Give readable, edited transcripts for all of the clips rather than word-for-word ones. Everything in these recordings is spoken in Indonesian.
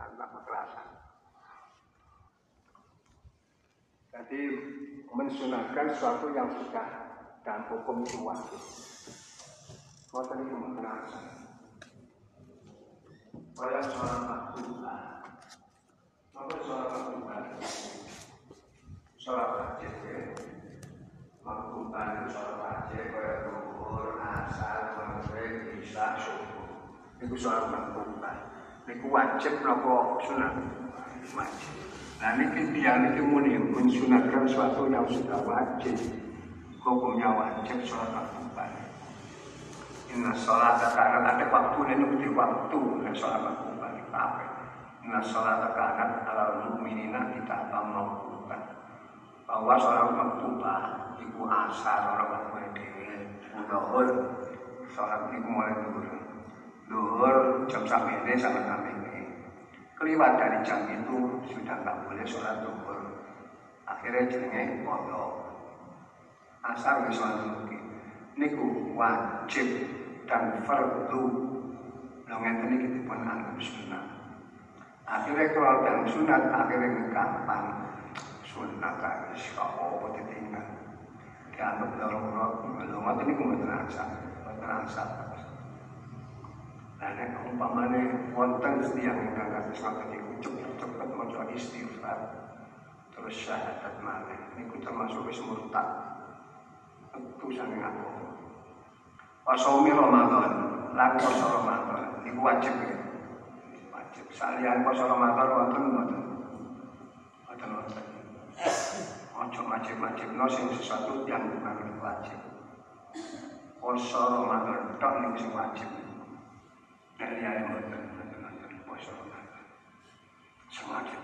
tanpa kekerasan. Jadi mensunahkan sesuatu yang sudah dalam hukum itu wajib. Maka ini kekerasan. Kayak seorang makhlukah. Maka seorang makhlukah. Seorang wajib ya. Makhlukah itu seorang wajib. Kayak duhur, asal, maghrib, isya, subuh. Itu seorang makhlukah. Itu wajib nopo sunat. Wajib. Nah ini dia muni mensunatkan sesuatu yang sudah wajib. Hukumnya wajib sholat makhlukah. Inna sholat karena ada waktu ini di waktu dan sholat makhlukah apa? Inna sholat karena ala mu'minina kita mauqufan. Bahwa sholat makhlukah itu asar orang makhlukah dewi. Duhur sholat itu mulai duhur jam sampai ini sampai ini. Keliwat dari jam itu sudah tak boleh sholat duhur. Akhirnya jenenge kodok. Asar wis sholat duhur. Niku wajib dan fardu. Lho ngeten iki dipun anggap sunat. Akhirnya kalau dalam sunat akhirnya gampang sunat wis kok apa ditinggal. Dianggap darurat. Lho ngoten niku mboten asal. Nah nek umpamane wonten tiyang ingkang kados ngoten niku cepet-cepet maca istighfar terus syahadat malih niku termasuk wis murtad. Itu sange aku. Pasomi Ramadan, lan puasa Ramadan niku wajib ya. Wajib. Salian puasa Ramadan wonten mboten. Wonten. Ojo wajib-wajibno sing sesuatu yang bukan wajib. Puasa Ramadan tok niku sing wajib. Nek liyane mboten puasa Ramadan. Sing wajib.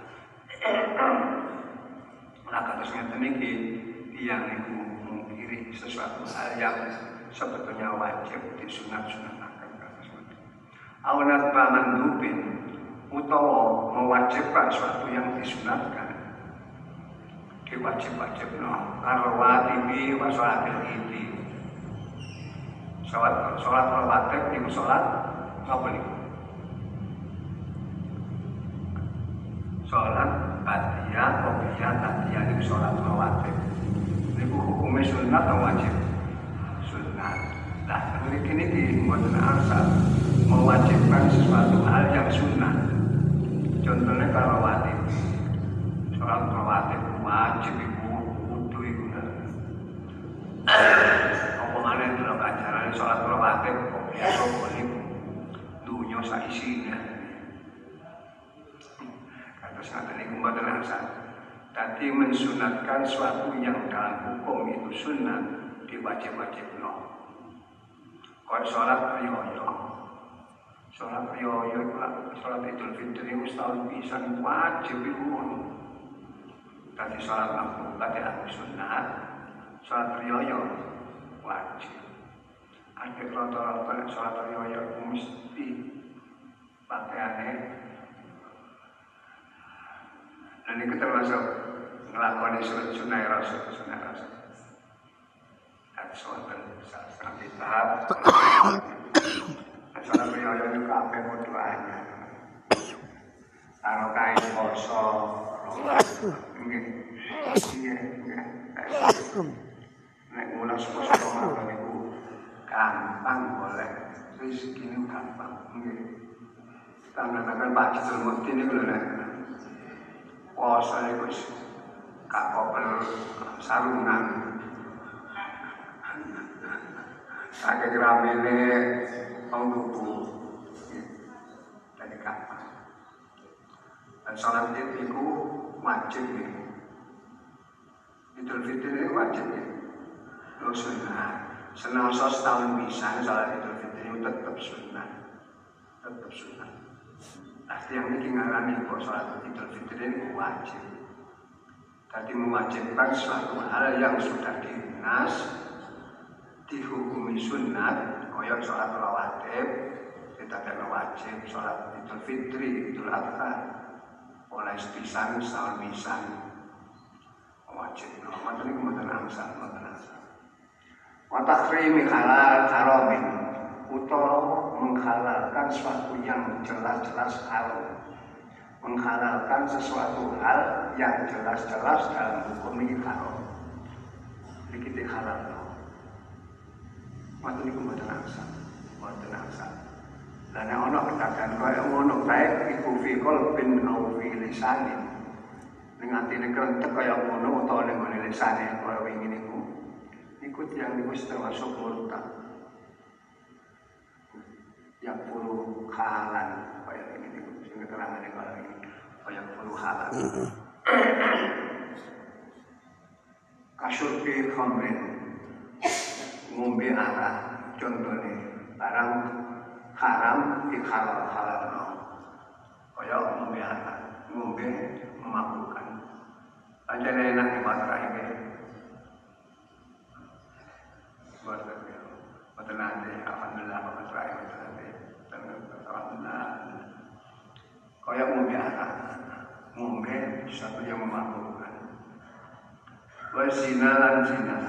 Lah kados ngeten iki tiyang niku mungkiri sesuatu hal yang sebetulnya wajib disunat-sunatkan kados ngoten. Awanat mandubin utawa mewajibkan sesuatu yang disunatkan. Diwajib-wajibno karo wajibi wa sholatil idi. Salat wajib niku salat apa niku? Salat qadiyah, qobliyah, tadiyah niku salat wajib. Niku hukumnya sunat atau wajib? Sunat. Nah, ini mboten asal mewajibkan sesuatu hal yang sunat. Contohnya kalau wajib, sholat rawatib wajib ibu kudu ibu. Apa mana yang dalam ajaran sholat rawatib kok biasa boleh dunia saisinya. Kata saat ini mboten asal. Tadi mensunatkan sesuatu yang dalam hukum itu sunat diwajib-wajibno. Kau sholat riyoyo. Sholat riyoyo itu sholat Idul Fitri setahun bisa wajib itu. Tadi sholat makhluk tadi aku sunat. Sholat riyoyo wajib. Ada rata-rata sholat riyoyo mesti pakaiannya. Dan ini termasuk ngelakoni sunai rasul. Dan suatu saat tahap sholat riyoyo itu kabeh doanya. Taruh kain poso, nek ngulas poso Ramadan itu gampang boleh, rezeki itu gampang. Tanda-tanda Pak Jidul Mukti ini lho nek poso itu gak kopel sarungan. Kakek ramene wong tubuh. Jadi gampang. Dan sholat Id itu wajib ya. Idul Fitri wajib ya. Lo sunnah. Senasa setahun bisa sholat Idul Fitri itu tetap sunnah. Tetap sunnah. Pasti yang ini ngarani kok sholat Idul Fitri itu wajib. Tadi mewajibkan suatu hal yang sudah dinas dihukumi sunnat, koyok sholat rawatib, tidak ada wajib sholat Idul Fitri, Idul Adha, oleh pisan, setahun pisan, wajib. Maka ini kemudian amsal. Watakrimi halal haramin, utawa menghalalkan sesuatu yang jelas-jelas haram. menghalalkan sesuatu hal yang jelas-jelas dalam hukum ini haram. Ini kita halal. Waktu ini mboten angsal. Dan ana katakan kaya ngono bae iku fi qalbin aw fi lisanin. Ning atine krentek kaya ngono utawa ning ngene lisane kaya wingi niku. Iku tiyang niku termasuk murtad. Yang perlu halan kaya wingi niku sing keterangane kaya wingi. Kaya perlu halan. Kasyurbi khamrin ngombe arak contohnya barang haram halal kaya ngombe arak ngombe memabukkan pancen enak di materai ini buat nanti alhamdulillah materai alhamdulillah kaya ngombe arak ngombe sesuatu yang memabukkan wa zina lan zina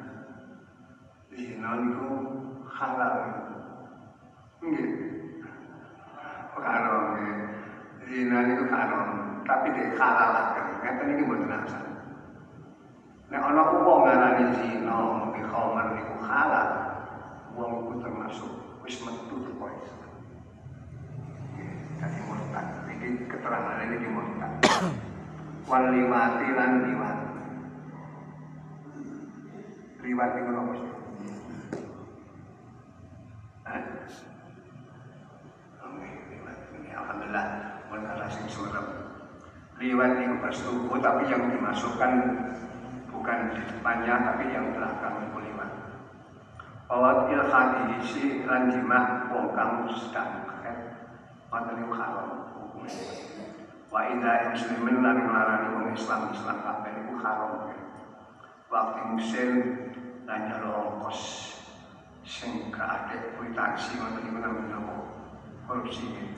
niku halal nggih haram zina niku haram tapi dia halalaken ngeten iki mboten asal nek ana wong ngarani zina ngombe khamar niku halal wong iku termasuk wis metu teko Islam dadi murtad iki keterangan iki murtad wal liwati lan liwat niku nopo sih alhamdulillah menara sing surem liwat itu bersetubuh tapi yang dimasukkan bukan di depannya tapi yang belakang itu liwat awat ilhadi isi lanjimah wong kang sedang wonten iku haram wa inda muslimin lan nglarani wong Islam kabeh iku haram waktu musim lan nyalo ongkos sing kaake kuitansi wonten iku namanya korupsi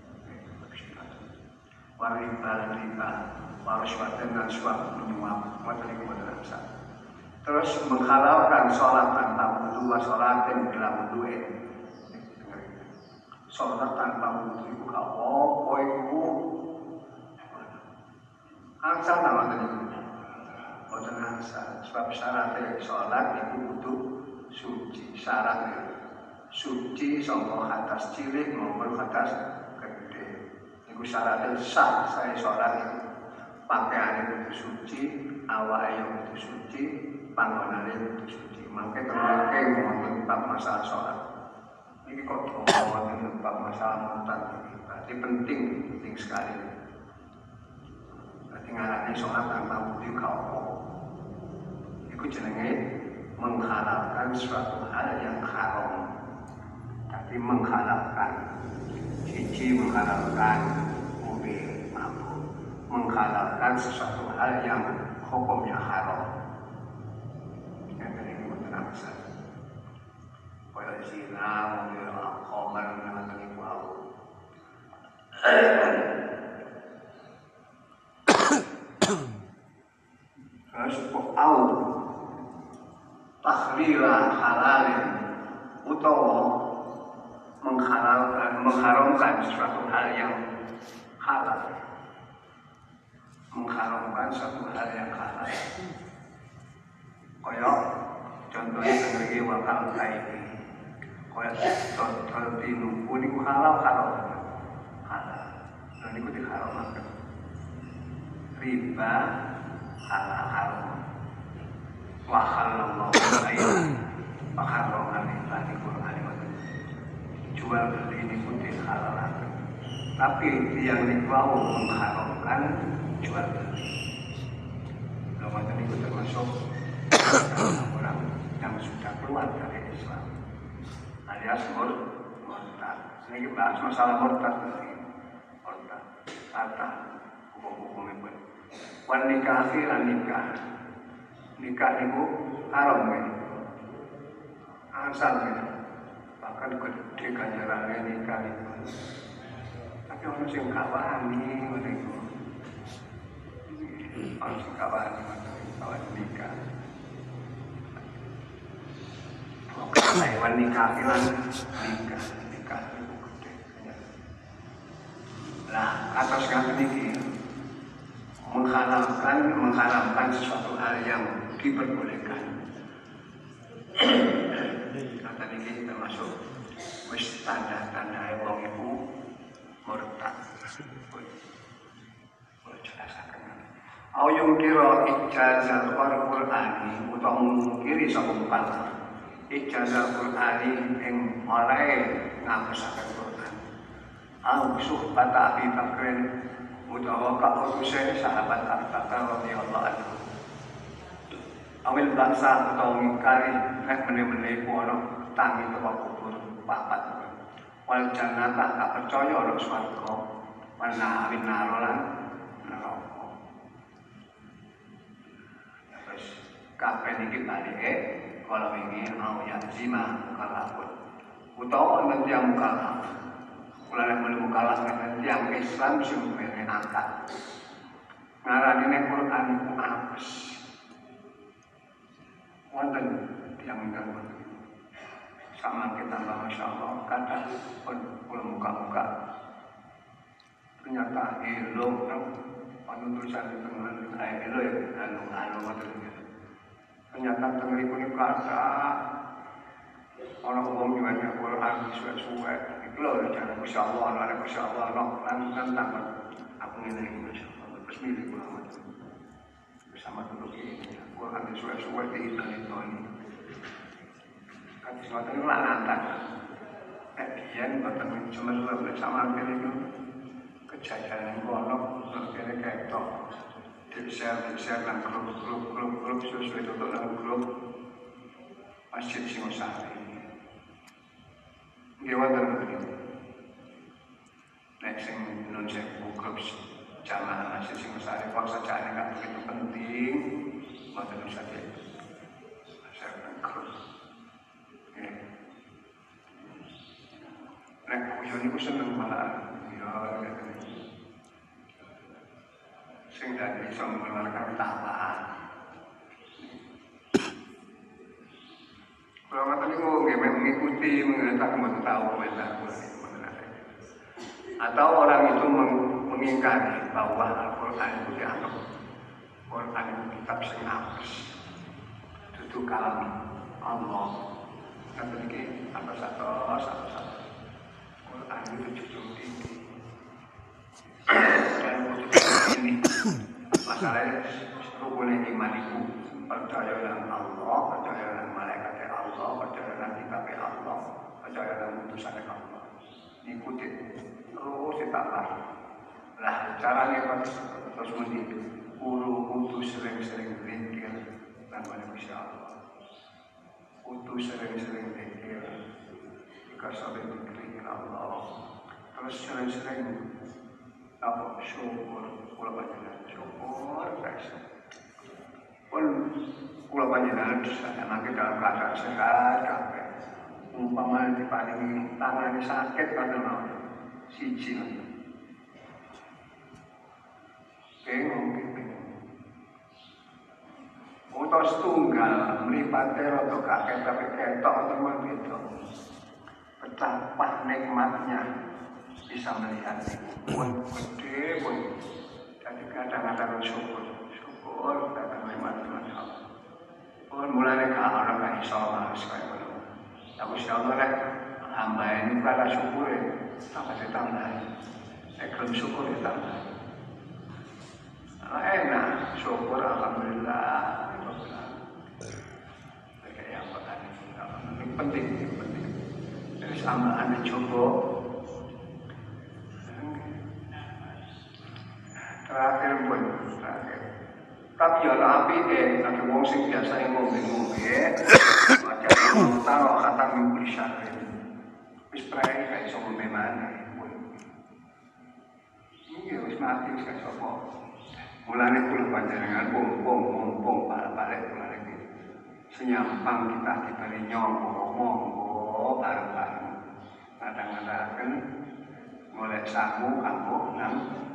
riba waraswatan dan suap menyuap wonten iku boten asal terus menghalalkan sholat tanpa wudu wa sholatin bila wudu'e sholat tanpa wudu iku apa iku asal namanya boten asal sebab syaratnya sholat iku kudu suci syaratnya suci sangka hadas cilik maupun hadas gede iku syaratnya sah saya sholat itu pakaian itu suci awake itu suci panggonane itu suci mangke terangke wonten bab masalah sholat iki kok wonten bab masalah murtad iki berarti penting sekali berarti ngarani sholat tanpa wudu kau iku jenenge menghalalkan suatu hal yang haram tapi menghalalkan siji menghalalkan mobil mabuk menghalalkan sesuatu hal yang hukumnya haram yang ini bukan asal kaya zina mobil khamar dengan ibu au terus au tahlila halalin utawa mengharamkan suatu hal yang halal mengharamkan suatu hal yang halal kaya contohnya sebagai wakal kaini kaya contoh tinuku ini halal dan itu diharamkan riba halal wa halallahu ayat wa harrama al Qur'an jual beli ini pun dihalalkan tapi yang mau mengharamkan jual beli Ramadan itu termasuk orang yang sudah keluar dari Islam alias murtad ini bahas masalah murtad kata hukum itu wan nikah nikah itu haram kan asal kan bahkan gede ganjarannya nikah itu tapi orang sing kawani mereka orang sing kawani nikah hewan nikah nikah itu gede lah atas kata niki mengharamkan sesuatu hal yang diperbolehkan. Kata ini termasuk wis tanda-tanda wong iku murtad. Auyung kira ijazah Al-Qur'ani utawa mungkiri sapa mukallaf ijazah Al-Qur'ani ing oleh ngapesaken Qur'an. Au suhbat Abi Bakrin utawa kautusan sahabat Abu Bakar radhiyallahu anhu. Awil bangsa utawa ngingkari nek meneh-meneh iku ana tangi teko kubur papat. Wal jannata tak percaya ana swarga, wana awin narolan neraka. Terus kabeh iki balike kala wingi mau yazima kalapun. Utawa nek tiyang mukallaf. Kula nek muni mukallaf nek tiyang Islam sing mene angkat. Ngarani nek Quran iku apes. Wonten tiyang ingkang sama kita Masya Allah kadang pun muka-muka ternyata elo penutusan dengan elo ya anu ternyata tengeri pun kata orang umum juga Quran suwe-suwe itu loh jangan Masya Allah kan tambah aku ini Masya Allah Bismillah bersama dulu ini Quran suwe-suwe dihitung ini sesuatu itu lanatan. Kemudian bertemu cuma bersama itu kejadian kono berkira kayak top. Dibesar dan grup sesuai itu dalam grup masjid Singosari. Gimana begitu? Next yang nonsen grup jamaah masjid Singosari kalau saja nggak begitu penting, mau saja. Saya grup. Nek kuyon iku seneng malah ya sing dadi iso mengeluarkan tawa. Kalau ngoten niku nggih mengikuti mengetak tahu atau orang itu mengingkari bahwa Al-Qur'an itu dianggap Quran itu kitab sing apes. Dudu kalam Allah. Kan iki apa satu Quran itu jujur tinggi. Dan ini masalahnya rukun iman itu percaya dengan Allah, percaya dengan malaikat Allah, percaya dengan kitab Allah, percaya dengan putusan Allah. Ikuti terus ditambah. Lah caranya terus mesti kudu sering-sering zikir dan manusia Allah. Kudu sering-sering zikir. Sampai diberi Allah terus sering-sering apa syukur kula panjenengan syukur guys pun kula panjenengan sanake dalam keadaan sehat kabeh umpama diparingi tangane sakit kadang siji bingung utawa setunggal mripate rada kakek tapi ketok teman gitu betapa nikmatnya bisa melihat pun gede pun jadi kadang-kadang syukur kadang nikmat Tuhan Allah pun mulai orang gak bisa harus kayak gitu tapi insyaAllah hamba ini pada syukur tambah ditambah belum syukur ditambah enak syukur Alhamdulillah kayak apa ini penting sama anda coba terakhir tapi ya api nanti wong sing biasa ngombe macam taruh kata minggu syahrir wis prai kayak sopo memang ini wis mati wis kayak sopo mulane kula panjenengan pom balik mulane iki senyampang kita diberi monggo bareng-bareng kadang-kadang golek samu kanggo nang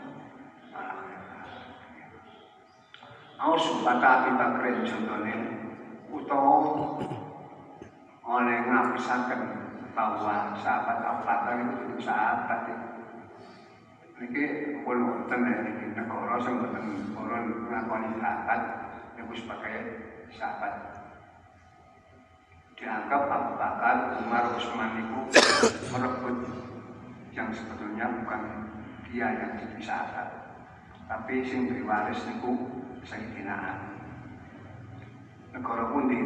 Aus bata kita keren contohnya utawa oleh ngapesaken bahwa sahabat Abu Bakar itu sahabat Niki pun wonten niki negara sing mboten purun ngakoni sahabat niku sebagai sahabat. Dianggap Abu Bakar, Umar, Utsman niku merebut yang sebetulnya bukan dia yang jadi sahabat, tapi sing diwaris niku Sayyidina Ali. Negara pundi?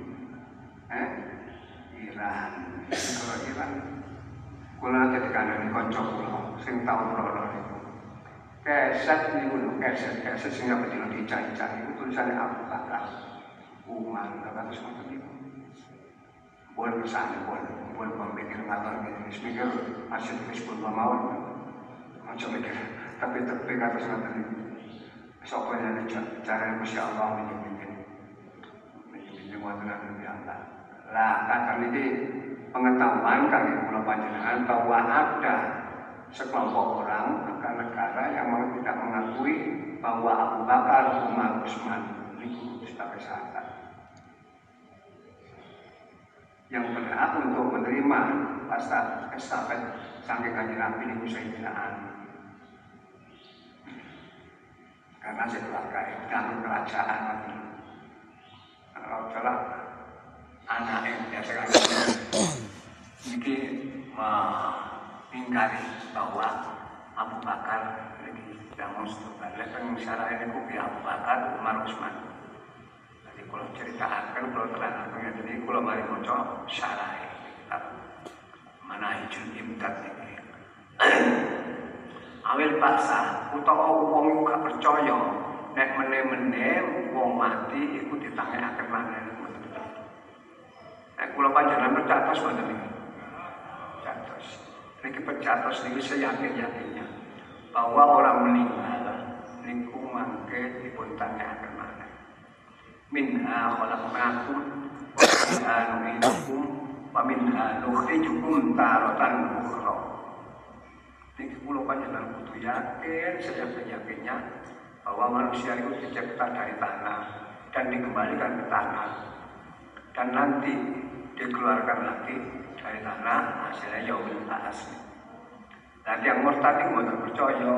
Iran. Negara Iran. Kula nate dikandani kanca kula sing tau rono niku. Keset niku lho, keset sing apa dicari-cari niku tulisane Abu Bakar, Umar, terus ngoten niku. Buat kesana, buat memikir ngatur gitu, mikir masih tulis pun mawon, macam mikir, tapi atas ngatur ini, soalnya cara Masya Allah menjadi waktu Nabi Allah. Lah kata ini pengetahuan kami pulau panjenengan bahwa ada sekelompok orang akan negara yang tidak mengakui bahwa Abu Bakar, Umar, Utsman itu sebagai sahabat. Yang berhak untuk menerima pasta estafet sampai kanjeng Nabi niku Sayyidina Ali. Karena sekeluarga dan kerajaan lagi. Kalau salah anak yang biasa kan ini mengingkari bahwa Abu Bakar ini tidak mau setuju. Pengisyarat ini kubi Abu Bakar, Umar, Utsman. Kalau ceritakan, kalau terangkan jadi kalau mari moco syarah kitab Manahijul Imdad ini. Awil paksa, utawa wong gak percaya nek meneh-meneh wong mati iku ditangekaken maneh. Nek kula panjenengan percatos mboten niki. Percatos. Niki percatos niki seyakin-yakinnya bahwa orang meninggal niku mangke dipun tangekaken maneh. Minha khalaqnakum wa minha nu'idukum wa minha nukhrijukum taratan ukhra. Niki kula panjenengan kudu yakin seyakin-yakinnya bahwa manusia itu dicipta dari tanah dan dikembalikan ke tanah dan nanti dikeluarkan lagi dari tanah hasilnya yaumul ba'ats. Dan yang murtad itu mboten percaya,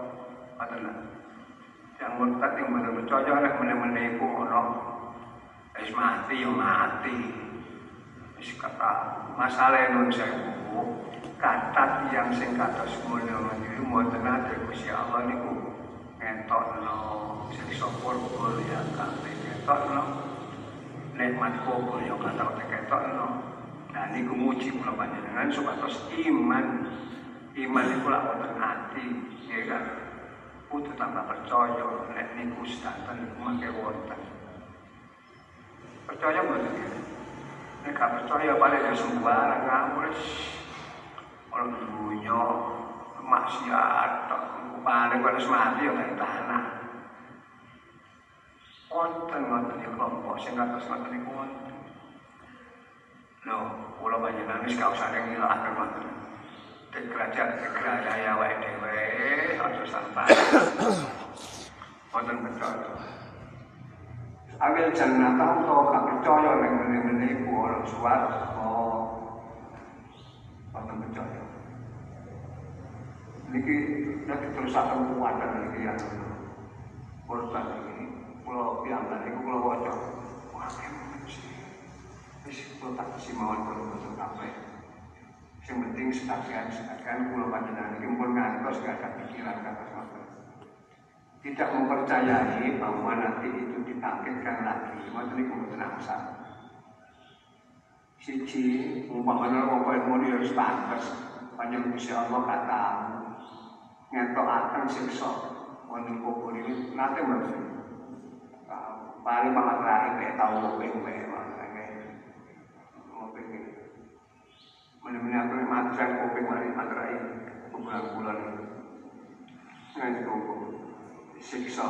yang murtad itu mboten percaya nek meneh-meneh iku ana wis mati yo mati. Wis kata masalah nun sewu kata yang sing kados ngono niku mboten ate Gusti Allah niku entokno siksa kubur ya kabeh entokno nikmat kubur ya kata ketokno. Nah niku muji kula panjenengan supados iman iku lak wonten ati nggih kan. Kudu tambah percaya nek niku sedanten niku mangke wonten. Percaya mboten nggih? Nek gak percaya paling ya sembarang ngawur orang dunya maksiat paling wis mati ya dari tanah. Wonten iki kelompok sing kados ngoten niku wonten. Lho, kula panjenengan wis gak usah ngilahaken wonten. Kerajaan wae dhewe aja sampai wonten percaya. Awil jannah tau gak percaya nek ngene-ngene iku ora swarga. Wonten percaya. Niki nek terusaken kuwatan iki ya. Korban iki kula piyambak niku kula waca. Wah, wis kula tak simawon kula kabeh. Yang penting sebagian kula panjenengan iki pun ngantos gak ada pikiran kados ngoten. Tidak mempercayai bahwa nanti itu dibangkitkan lagi. Ngoten niku mboten asal. Siji umpamane wong kaya ngono ya wis pantes panjenengan Gusti Allah gak tahu ngetokaken siksa wonten kubur ini nate mboten. Paling malah terakhir tau kuping wae benar-benar aku matran kuping mari matrai bulan-bulan ngan kuku siksa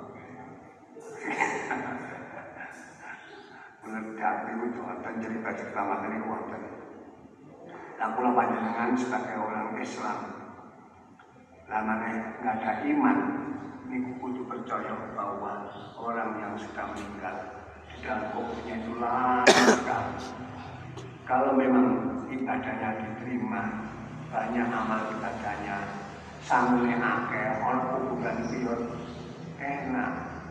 meledak itu wonten cerita-cerita materi wonten. Lah kula panjenengan sebagai orang Islam lamane nggak ada iman niku kudu percaya bahwa orang yang sudah meninggal di dalam kuburnya itu lengkap. Kalau memang ibadahnya diterima, banyak amal ibadahnya sangune akeh ana kuburan iki yo enak.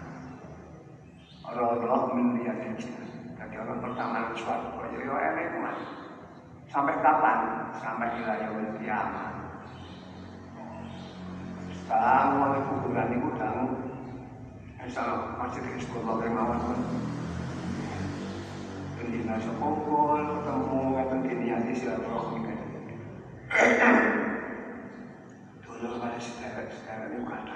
Ora melihat iki. Dadi orang pertama swarga yo enak mas. Sampai kapan? Sampai wilayah kiamat. Sekarang kuburan itu dangu. Misal masjid Hizbullah kemauan. Pendina sepokol, ketemu ngeten diniati silaturahmi. Dulu pada sekarang ini kata.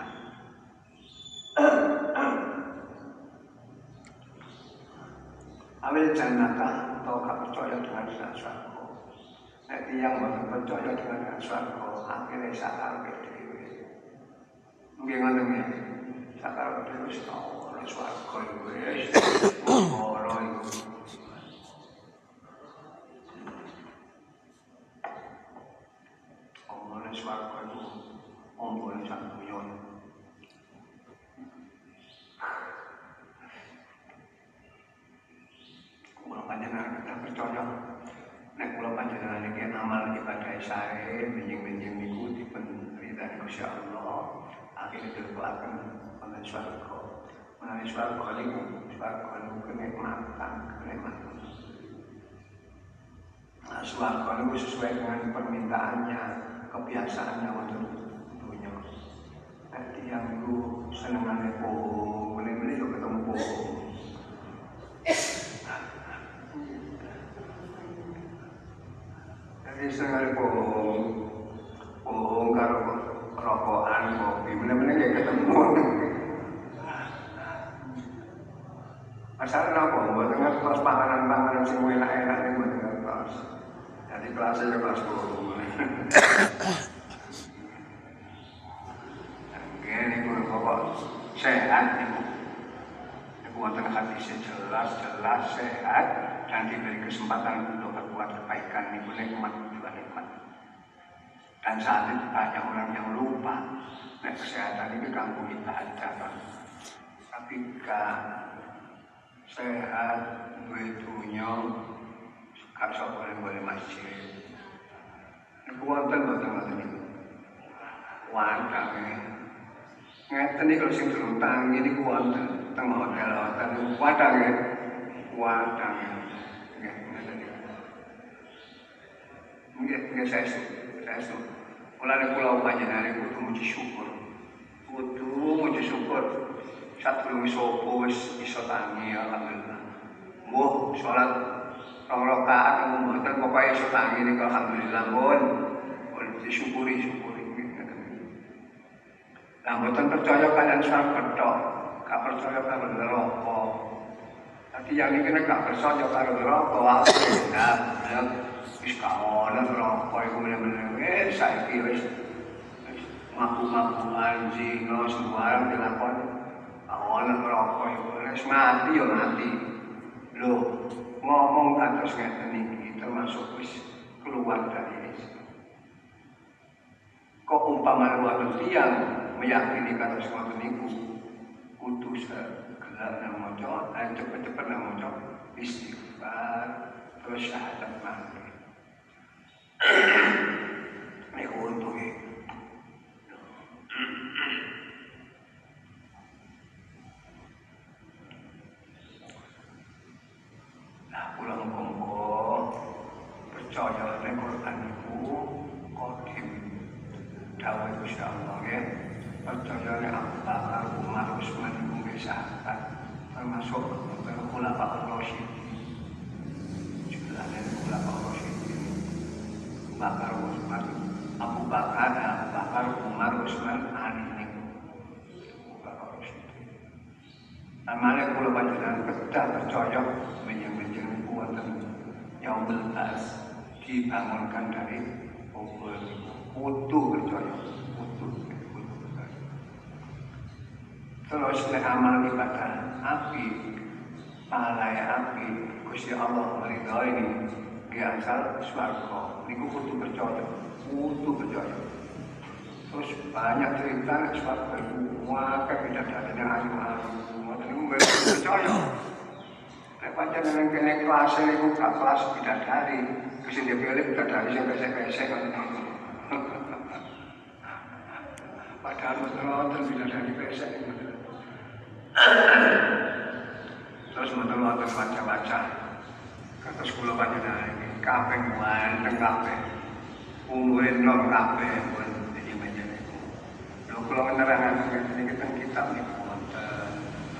Amil jannata atau gak percaya dengan swarga. Nek yang boten percaya dengan swarga, akhirnya sakar dhewe. Nggih ngoten nggih. Sakar dhewe wis ora swarga iku wis. Ora iku. Omone swarga iku ombone sak dunya. Kula panjenengan kita percaya nek kula panjenengan iki amal ibadah sae benjing-benjing niku dipun ridani Gusti Allah akhire dilebakaken wonten swarga. Menawi swarga niku kenikmatan. Nah, swarga niku sesuai dengan permintaannya, kebiasaannya wonten dunya. Nek tiyang niku senengane boleh-boleh yo ketemu senengane bohong karo rokokan kopi bener-bener kayak ketemu. Masalah apa? Buat ngertos panganan sing enak-enak ini buat ngertos. Jadi kelasnya kelas bohong. Ini gue pokok sehat nih. Ibu wonten hadisnya jelas sehat dan diberi kesempatan untuk berbuat kebaikan ini nikmat. Dan saat ini banyak orang yang lupa kesehatan itu ganggu ibadah. Tapi gak sehat, dunia gak boleh masjid. Ini wonten itu. Wadang ngeten iki lho sing durung tangi niku wonten teng hotel wadang nggih. Nggih saya mulane kula panjenengan kudu muji syukur. Sadurunge sapa wis iso tangi alhamdulillah. Mbuh salat 2 rakaat mboten pokoke iso tangi niku alhamdulillah pun disyukuri. Lah mboten percaya kalian swarga tok, gak percaya karo neraka. Dadi yang iki nek gak percaya karo neraka wis gak ono neraka iku bener-bener saiki wis ngaku-ngakuan zina sembarang dilakoni. Ono neraka iku wis mati ya mati. Lho, ngomong kados ngeten iki termasuk wis keluar dari Islam. Kok umpama wonten tiyang meyakini kados ngoten niku kudu segera maca cepet-cepet maca istighfar terus syahadat mati. Niku untunge. Nah, kula muga-muga percaya nek Quran niku qadim dawuh Gusti Allah nggih. Percaya nek Abu Bakar, Umar, Utsman iku nggih sahabat termasuk khulafaur rasyidin. Jumlahnya khulafaur rasyidin. Abu Bakar, Umar, Utsman, Ali niku khulafaur rasyidin. Amane kula panjenengan kedah percaya menjeng-menjeng niku wonten yaumul ba'ats dibangunkan dari kubur niku. Kudu percaya. Terus nek amal ibadah api, pahalanya api, Gusti Allah meridhoi ini nggih asal swarga. Niku kudu percaya. Terus banyak cerita nek swarga iku akeh bidadari ayu-ayu. Ngoten niku nggih percaya. Nek pancen kene kelas niku gak kelas bidadari, Gusti dhewe bidadari sing pesek-pesek ngoten. kalau nonton bidadari pesek terus nonton baca-baca kados kula panjenengan iki kabeh ganteng kabeh umure nom kabeh pun iki menjen iku lho kula nerangaken niki teng kitab niku wonten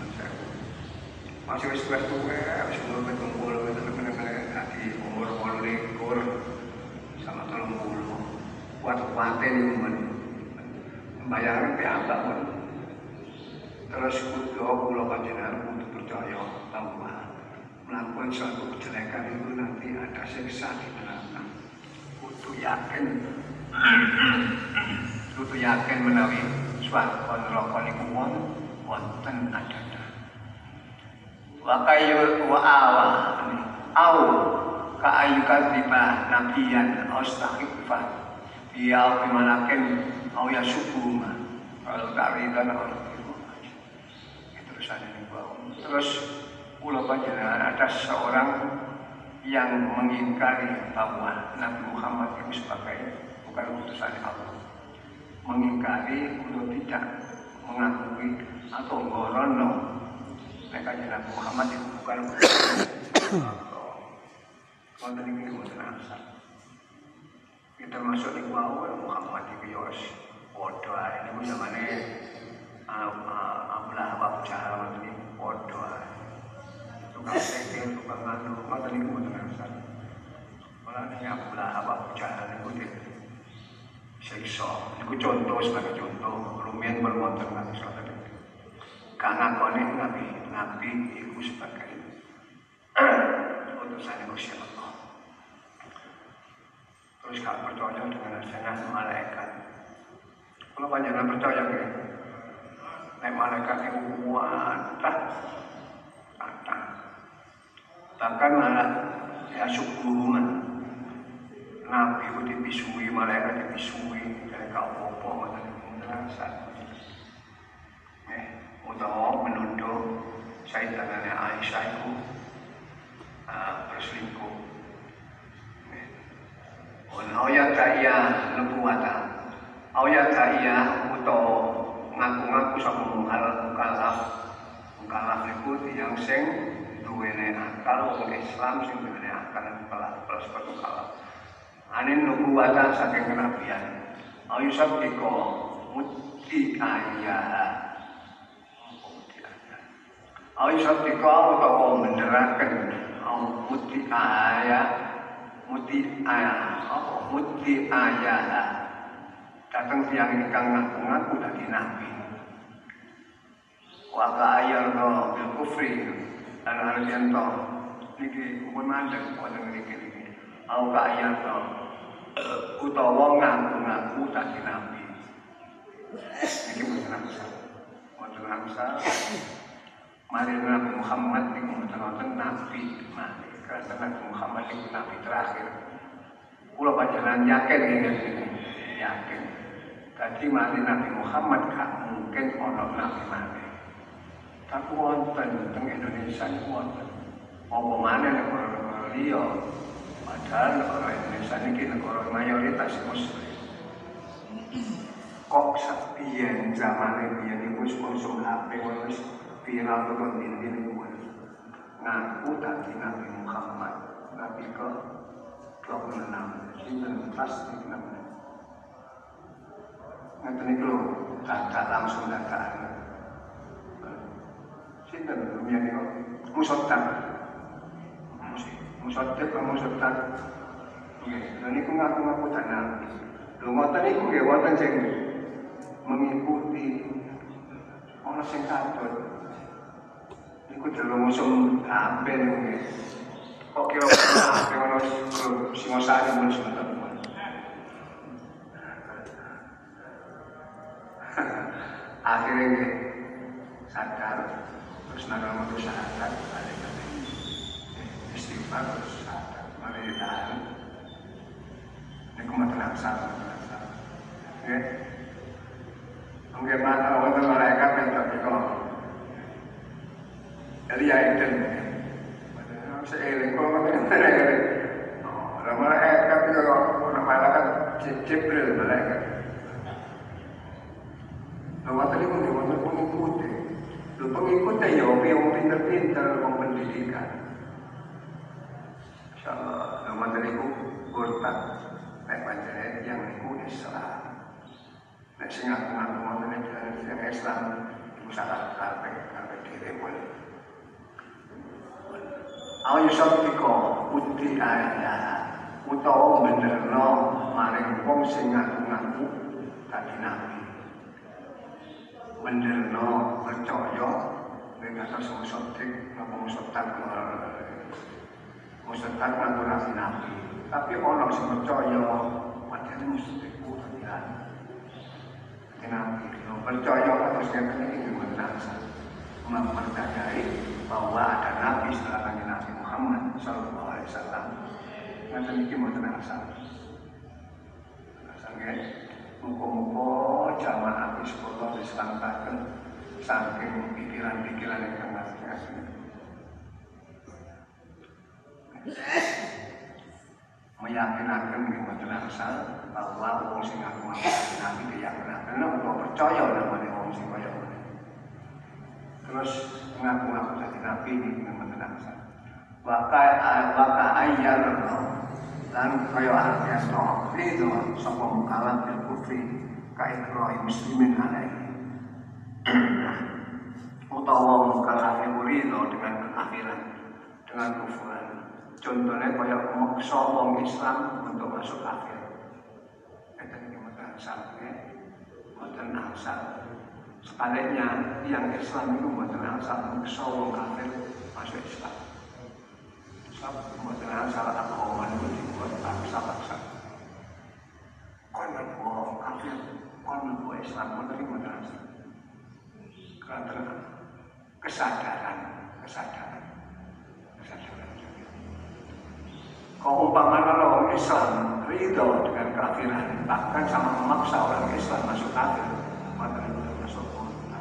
masih wis tuwa wis umur 70 bener-bener ati umur 28 sama 30 kuat-kuate niku men mbayar piyambak pun terus kudu kula panjenengan kudu percaya bahwa melakukan suatu kejelekan itu nanti ada siksa di neraka. Kudu yakin menawi suatu neraka niku wonten adana. Wa kayyul wa aw ka ayyukan tiba nabiyan astaghfar ya bimanaken au ya syukuma kalau taridan terus kula panjenengan ada seorang yang mengingkari bahwa Nabi Muhammad itu sebagai bukan utusan Allah, mengingkari untuk tidak mengakui atau ngorono Nabi Muhammad itu bukan utusan Allah. Kalau ini kita asal kita masuk di bawah Muhammad itu yos bodoh ini zamannya Abu Lahab Abu Jahal ini bodoh tukang sekil, tukang nganu maka ini kemudian asal malah ini Abu Lahab Abu Jahal itu siksa itu contoh sebagai contoh lumayan bermontor Nabi SAW karena konek Nabi itu sebagai utusan Gusti Allah terus kalau percaya dengan adanya malaikat kalau panjenengan percaya ke malaikat itu kuat bahkan malah ya syukuruman Nabi itu dipisui, malaikat dipisui dari kaum opo merasa utawa menuduh Sayyidatina Aisyah itu berselingkuh Awya ta'iyah nubuwata Awya ta'iyah utawa ngaku-ngaku sama mukallaf itu yang sing duwene akal wong Islam sing duwene akal plus mukallaf anin nubuwata saking kenabian ayu sabdiko muti ayah ayu sabdiko utawa menderaken muti ayah datang tiang ingkang ngaku-ngaku dadi nabi wa ka'ayyal bil kufri dan arjanto niki pun mandeg wonten niki au ka'ayyal utawa ngaku-ngaku dadi nabi niki wonten amsal mari Nabi Muhammad niku wonten nabi karena Nabi Muhammad itu nabi terakhir kula panjenengan yakin yakin tadi mati Nabi Muhammad gak mungkin ono nabi mati tapi wonten teng Indonesia niku wonten apa maneh negara liya padahal negara Indonesia niki negara mayoritas muslim kok sapiyen zamane biyen iku wis konsum HP wis viral kok dinding niku ngaku dadi Nabi Muhammad nabi ke 26 sinten pasti namanya ngeten iki lho tak langsung dataan sinten dunia niku musotak nggih lha niku ngaku-ngaku tenan lho ngoten niku nggih wonten sing mengikuti ana sing kadot niku delok musuh HP niku nggih kok kira-kira HP ono Singosari mun sebentar akhirnya sadar terus nara mau sadar balik istighfar terus sadar mari ditahan ini kumatan aksar oke mungkin mana orang malaikat yang tak dikau jadi ya itu seiring kalau macam orang malaikat itu orang malaikat Jibril malaikat ngoten niku nggih wonten pengikute. Lho pengikute ya wong pinter-pinter wong pendidikan. Insyaallah ngoten niku kurtat nek pancen yang niku Islam. Nek sing ngaku-ngaku ngoten niku yang Islam iku salah kabeh dhewe pun. Ayo sabdika putih ayat utawa benerno maring wong sing ngaku-ngaku dadi nabi. Benerno percaya nek atas musodik napa musodak musodak ngaku nabi. Tapi ana sing percaya padahal musodik dadi nabi. Percaya atas ngeten iki bener. Mempercayai bahwa ada nabi setelah Nabi Muhammad sallallahu alaihi wasallam. Ngeten iki mboten asal. Asal muga-muga jamaah sekolah diselamatkan saking pikiran-pikiran yang ngasih. Meyakinaken mboten asal bahwa wong sing ngaku nabi diyakinaken utawa percaya namanya wong sing kaya ngono. Terus ngaku-ngaku dadi nabi iki mboten asal. Waka ayyar dan kaya artinya itu sapa mukalaf bil kufri ka ikroi muslimin alaihi. Utawa mukalaf murido dengan kekafiran, dengan kufuran. Contohnya kaya maksa wong Islam untuk masuk kafir. Itu iki mboten asal, mboten asal. Sebaliknya yang Islam itu mboten asal maksa wong kafir masuk Islam. Mboten asal agama itu dibuat paksa-paksa. Kono kok kafir, kono kok Islam, mboten asal. Karena kesadaran. Kau umpamanya orang Islam ridho dengan kafiran, bahkan sama memaksa orang Islam masuk kafir, maka itu masuk surga.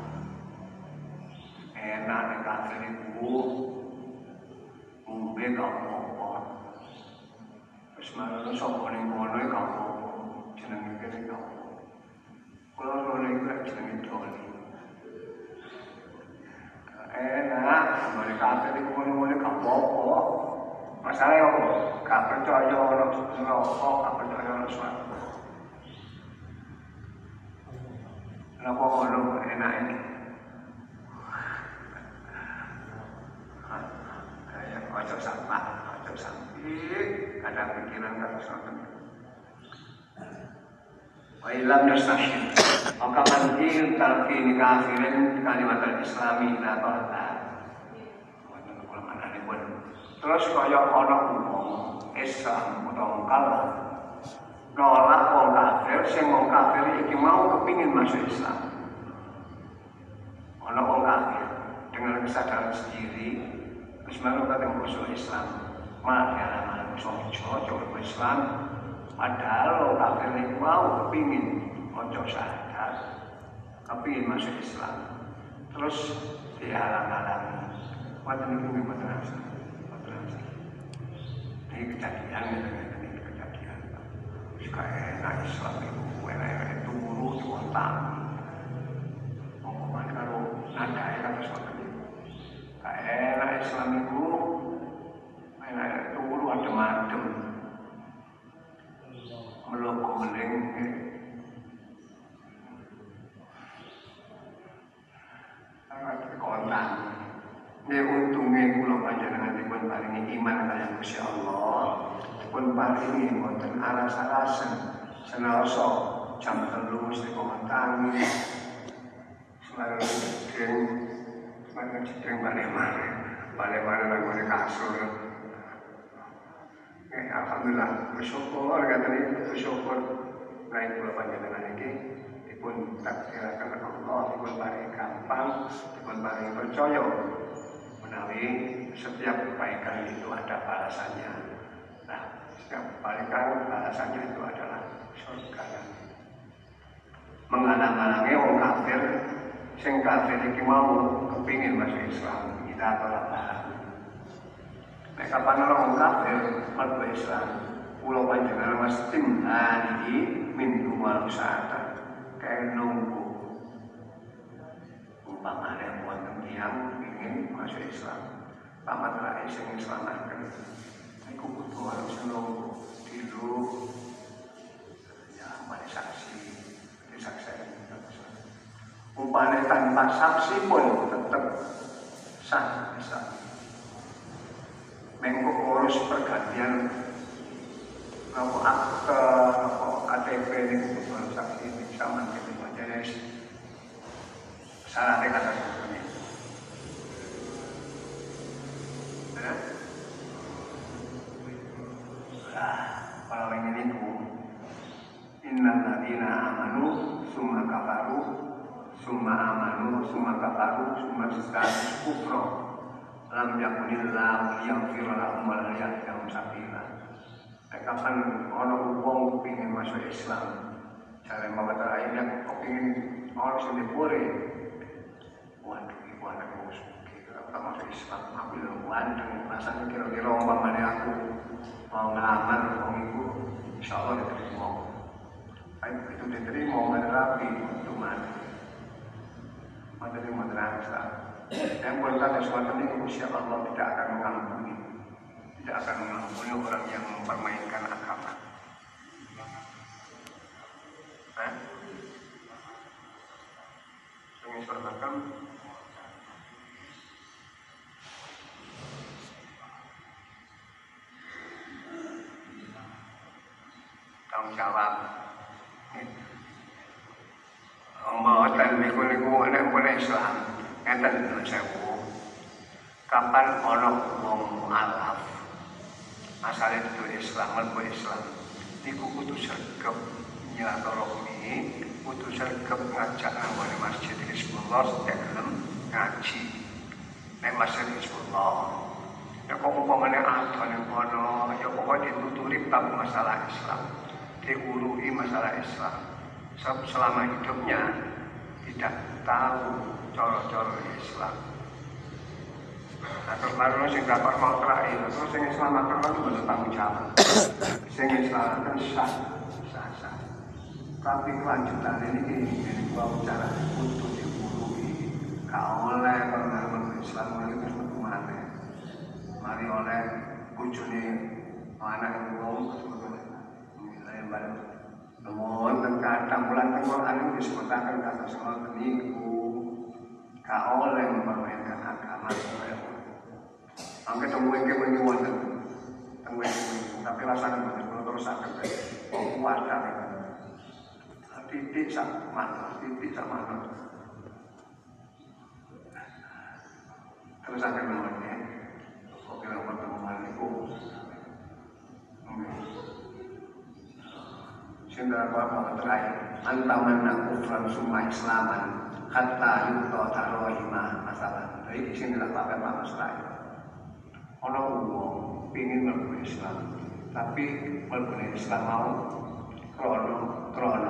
Enak nih kafir itu, mungkin kau apa? Terus malah sopo nih kono kau apa? Jenenge kene kau. Kalau kono itu jenenge doli. Enak, mari kafir itu kono kau apa? Masalahnya apa? Gak percaya orang neraka, gak percaya orang swarga. Kenapa ngono enak ini? Kayak ojo sampah, ojo sampih, ada pikiran kata sopan. Wa ilam nastahil. Maka mantil talqin kafirin kalimat al-islami la ta'ala. Terus kaya ana umum Islam utawa kalah nolak wong kafir sing wong kafir iki mau kepingin masuk Islam. Ana wong kafir dengan kesadaran sendiri wis mau kadang masuk Islam. Malah coba Islam padahal wong kafir iki mau kepingin maca syahadat kepingin masuk Islam. Terus dihalang-halangi. Wonten iki mboten asal. Ini kejadian. Jika enak Islam itu, enak turu di kontak. Ngomong kalau nada kata seperti itu. Enak Islam itu, enak turu adem-adem. Meloko meling. Kontak. Ini untungnya kula panjenengan dipun paringi iman kaliyan Gusti Allah, dipun paringi wonten aras-arasen senasa jam 3 mesti komentangi semarin jedeng balik-balik nang kasur. Alhamdulillah bersyukur ngaten iki bersyukur nek kula panjenengan iki dipun takdiraken Allah, dipun paringi gampang, dipun paringi percaya. Menawi setiap kebaikan itu ada balasannya. Nah, setiap kebaikan balasannya itu adalah surga. Menghalang-halangi orang kafir, sing kafir iki mau kepingin masuk Islam, kita tolak bahan. Nek kapan orang kafir masuk Islam, pulau panjenengan mas tim hadi min dumal usaha kayak nunggu umpamanya wonten tiyang ingin masuk Islam, paman rai sing selamatkan, niku kudu ana sing dulu ya mari saksi, disaksikan. Umpamanya tanpa saksi pun tetap sah Islam. Mengko urus pergantian apa akte, apa KTP ini kudu saksi ini sama dengan jenis syaratnya kata sebenarnya. Nah, kalau ini itu innal ladzina amanu summa kafaru summa amanu summa kafaru summa istadu kufra lam yakunillahu yaghfir lahum wa la yahdihim sabila. Kapan orang wong pingin masuk Islam, cara mengatakan ayatnya kepingin orang sini boleh, waduh ibu anak musuh, kita masuk Islam, aku bilang waduh, rasanya kira-kira umpamanya aku mau ngelamar orang ibu, insya Allah diterima. Itu diterima, menerapi untuk mati, menerima Islam. Yang berkata sesuatu ini, siapa Allah tidak akan mengampuni. Tidak akan mengampuni orang yang mempermainkan agama. Ini sertakan tanggung jawab. Mboten niku nek boleh Islam, ngeten sewu. Kapan ana wong mualaf asale itu Islam, mlebu Islam, niku kudu sregep nyilaturohmi, kudu sregep ngajak nang Masjid Hizbullah setiap gelem ngaji. Nek Masjid Hizbullah, ya kok umpamane adon ning kono, ya kok dituturi bab masalah Islam, diurui masalah Islam. Selama hidupnya tidak tahu cara-cara Islam. Atau baru sing dapat mau terakhir, terus sing Islam akan bertanggung jawab. Sing Islam akan sah. Tapi kelanjutan ini gua bicara untuk diurui. Kau oleh orang Islam itu bagaimana? Mari oleh bujuni anak yang belum nilai baru. Namun tentang bulan Quran ini disebutkan kata soal penipu. Kau oleh mempermainkan agama supaya angkat temuin ke menyuan temuin tapi rasanya betul terus akan kuat kan titik sama terus akan namanya oke lah pertemuan itu sehingga apa terakhir antaman kufran summa islaman hatta yuto tarohima masalah dari sini lah pakai masalah. Orang umum ingin melakukan Islam, tapi melakukan Islam mau krono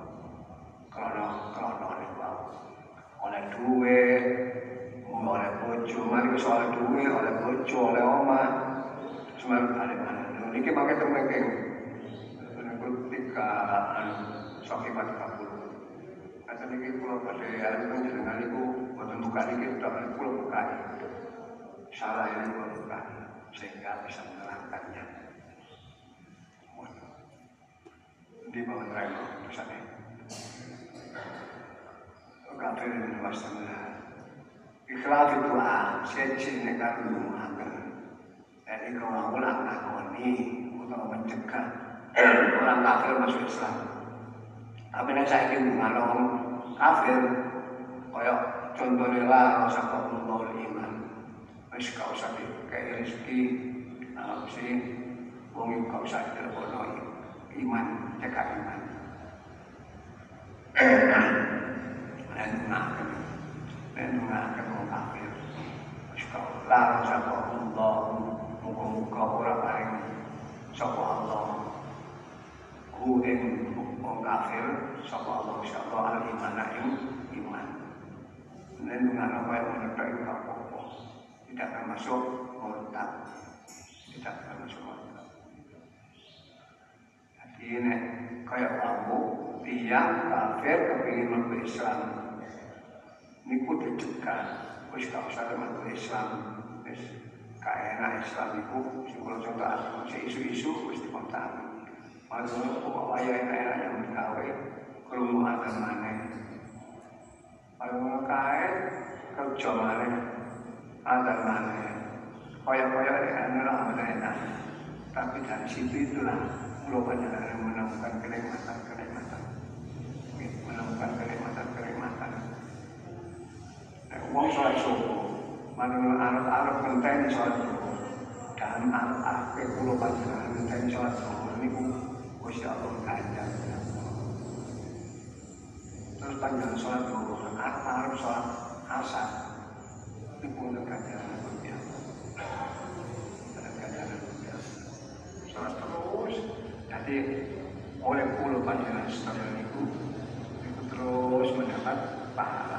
oleh duit, oleh bojo, mari soal duit, oleh bojo, oleh oma, semua balik mana. Ini pakai temengking, ketika Sofimat kabul. Kata ini kalau pada hari penjelengan itu, waktu buka ini kita pulau buka. Salah yang dilakukan sehingga bisa menerangkannya. Di bawah neraka tulisannya. Kafir dan wassalam. Ikhlas doa, seci negara mengakan. Dan ini kalau ulang lakoni untuk mencegah orang kafir masuk Islam. Tapi nek saya ingin mengalami kafir, kayak contohnya lah rasa kabul iman. Wis gak usah kayak rezeki sih wong gak usah ditelepon iman cekak iman dan mengakan wong kafir wis kau larang sapa Allah muga-muga ora paring sapa Allah ku ing wong kafir sapa Allah insyaallah al-iman iman dan mengakan wae menek apa tidak termasuk murtad, tidak termasuk murtad. Jadi ini kayak kamu tiang kafir kepingin masuk Islam, niku dicegah wis gak usah masuk Islam, wis kaenak Islam iku sing kula contoh isu-isu wis dikontak. Malah kok wayahe enak yang gawe krungu agamane. Kalau kae kerja maneh agamane. Kaya-kaya enak enak. Tapi dari situ itulah kula panjenengan menemukan kenikmatan-kenikmatan. Menemukan kenikmatan-kenikmatan. Wong sholat subuh, manunggal arep-arep ngenteni sholat subuh, dan arep-arep kula panjenengan ngenteni sholat subuh niku Gusti Allah ganjar. Terus panjenengan sholat subuh, arep-arep sholat asar, niku ganjaran Gusti Allah. Ganjaran Gusti Allah. Sholat terus, jadi oleh kula panjenengan sedaya niku terus mendapat pahala.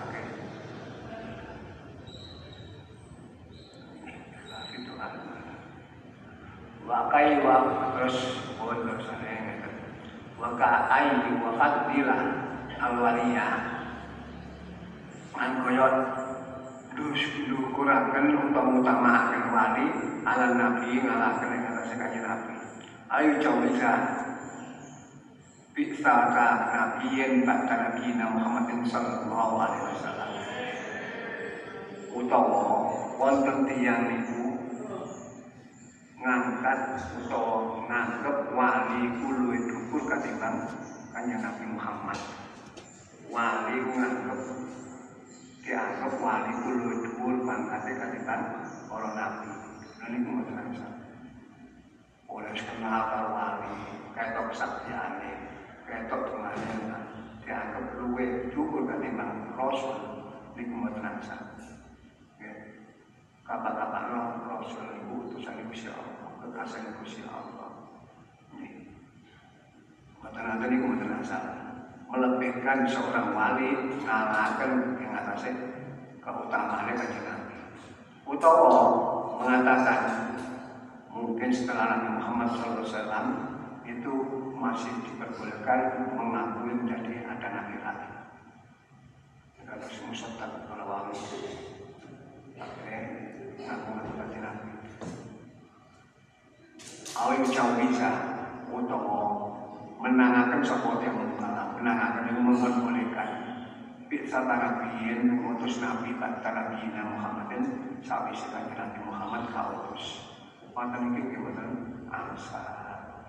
Wakai terus sana wakai wafadilah alwariyah angkoyot dulu kurangkan utamakan wali ala nabi ngalakan yang atas kanjeng nabi ayo coba bisaka nabiyin ba'da nabiyina Muhammadin sallallahu alaihi wasallam utawa wonten tiyang niku ngangkat atau nganggep wali kulo dhuwur katimbang kanjeng Nabi Muhammad. Wali nganggep dianggap wali kulo dhuwur pangkate katimbang para nabi. Lha niku mboten bisa. Ora kenal karo wali, ketok kesaktiane, ketok dungane dianggap luwih dhuwur katimbang rasul niku mboten bisa. Kata-kata Rasul itu utusan Gusti Allah, kekasih Gusti Allah. Mboten niku mboten asal. Melebihkan seorang wali ngalahaken yang atasnya keutamaannya kanjeng Nabi. Utawa mengatakan mungkin setelah Nabi Muhammad SAW itu masih diperbolehkan mengakui menjadi ada nabi lagi. Kalau semua serta kalau wali. Aku mengatakan Nabi. Awal jauh bisa untuk menangakan sesuatu yang mengalah, menangakan yang memperbolehkan. Bisa Nabiin mengutus Nabi kata Nabi Muhammadin sampai sekali Nabi Muhammad kautus. Mantan ini gimana? Ansar.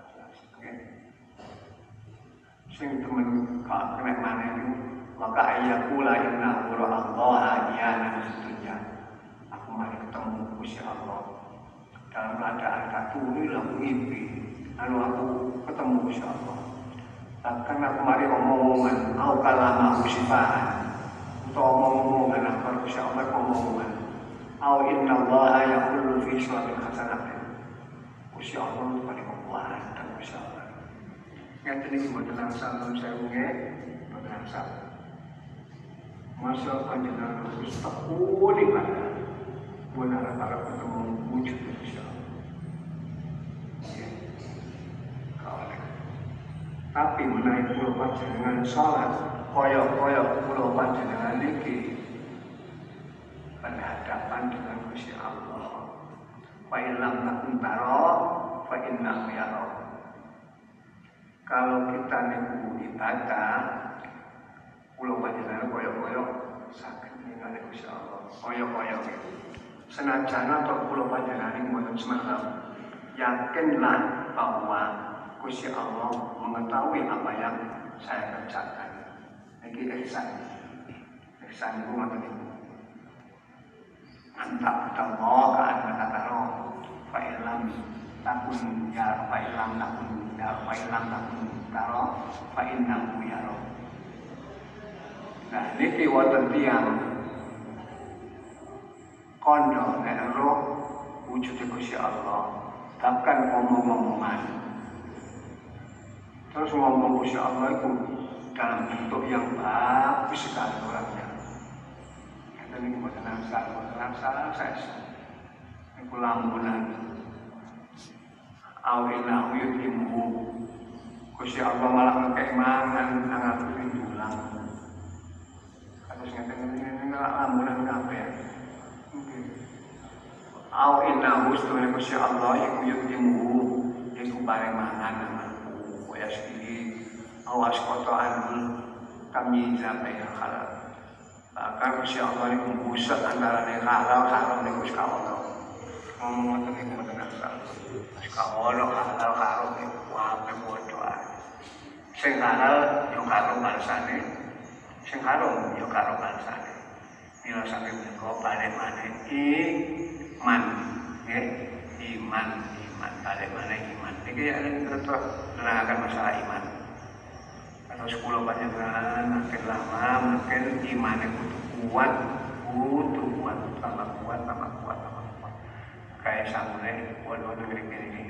Sing temen kau kena mana itu? Maka ayakula inna Allah hadiana setuju. Mari ketemu Gusti Allah dalam keadaan aku hilang mimpi lalu aku ketemu Gusti Allah bahkan aku mari omongan aku kalah mau sifat untuk omongan aku Gusti Allah omongan au inna Allah yaqulu fi suratil hasanat Gusti Allah paling kuat dan Gusti Allah ngeten iki mboten langsung sewu nggih mboten langsung masa panjenengan Gusti tekun ibadah benar para ketemu wujud Insya Allah. Tapi menaik pulau panjenengan sholat, koyok pulau panjenengan niki berhadapan dengan Gusti Allah. Fa illam takun taro, fa innahu yaro. Kalau kita niku ibadah, pulau panjenengan koyok sakit ningali Gusti Allah. Koyok senajan atau pulau panjenengan ini mboten semalam yakinlah bahwa Gusti Allah mengetahui apa yang saya kerjakan. Ini ihsan itu ngoten niku. Antap Allah ka kata roh fa illam takun ya fa illam takun taro fa innahu yaro. Nah niki wonten tiyang kondo roh wujud Gusti Allah bahkan ngomong-ngomongan terus ngomong Gusti Allah itu dalam bentuk yang bagus sekali orangnya ini bukan salah saya itu lampunan awina uyut imbu Gusti Allah malah ngekek mangan angat pindulang terus ngeten lamunan kabeh. Au inna husnul Gusti Allah iku yutimu iku paring mangan aku ya siki awas kotoan kami sampai halal. Bahkan Gusti Allah iku buset antarane halal haram niku wis kaono. Ngomong ngoten iku mboten asal. Wis kaono halal haram iku wae padha ae. Sing halal yo karo bangsane, sing haram yo karo bangsane. Mila sampe menika balik maneh iman, nggih. Iman, balik maneh iman. Iki ya terus nerangkan masalah iman. Kalau sekolah panjenengan makin lama makin imannya kuat, tambah kuat. Kayak samune waduh ngene.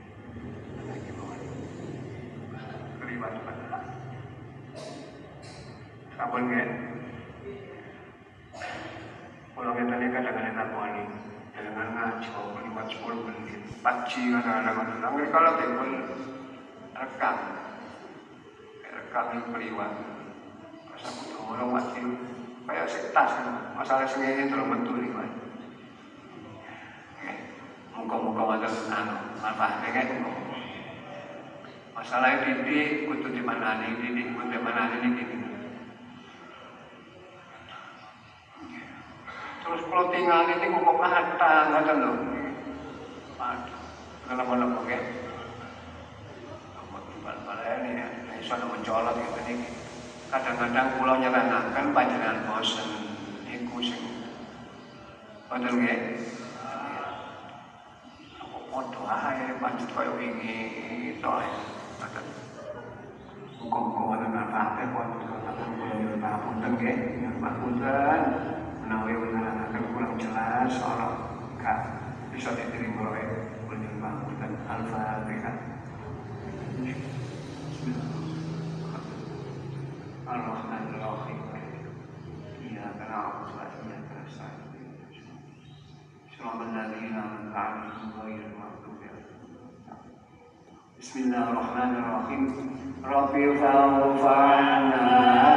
Keliwat pada. Sampun nggih. Kalau kita ini kadang-kadang nakoni, jangan ngaco, 5-10 menit, paci kadang-kadang. Kalau kita rekam yang keliwat. Pas aku ngomong wajib, kayak sektas kan. Masalah sengene terus metu nih kan. Muka-muka wonten manfaate kan. Masalah didik kudu dimanani, didik kudu dimanani niki. Terus kalau tinggal ini kok kata ngoten lho. Aduh, kenapa-napa nggih. Bal-balen ya, iso mencolot gitu niki. Kadang-kadang kula nyerangaken panjenengan bosen niku sing wonten nggih. Apa padha ae pancet koyo wingi to. Muga-muga wonten manfaate wonten kula nyuwun nggih. Ngapunten. Menawi menerangkan kurang jelas soal enggak bisa diterima oleh penyembah dan Al-Fatihah. Ar-Rahmanir-Rahim. Iya karena Allah iya terasa. Bismillahirrahmanirrahim. Rabbi fa'fa'na.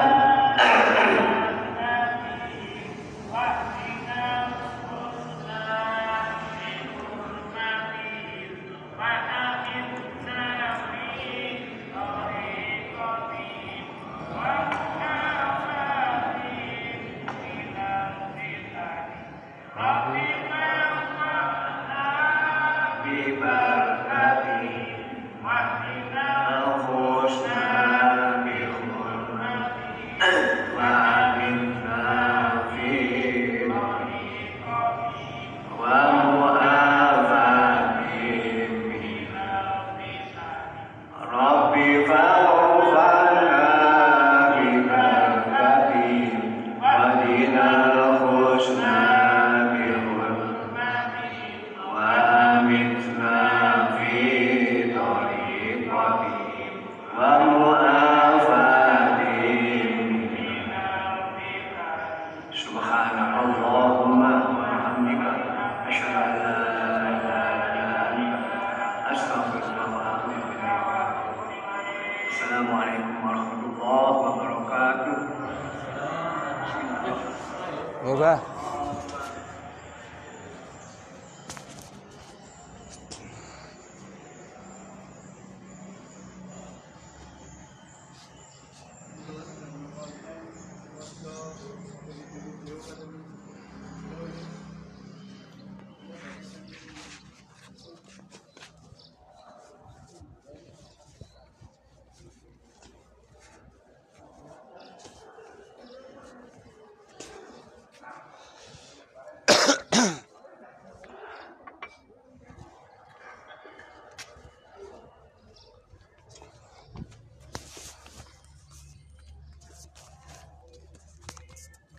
Assalamualaikum warahmatullahi wabarakatuh. Mbah.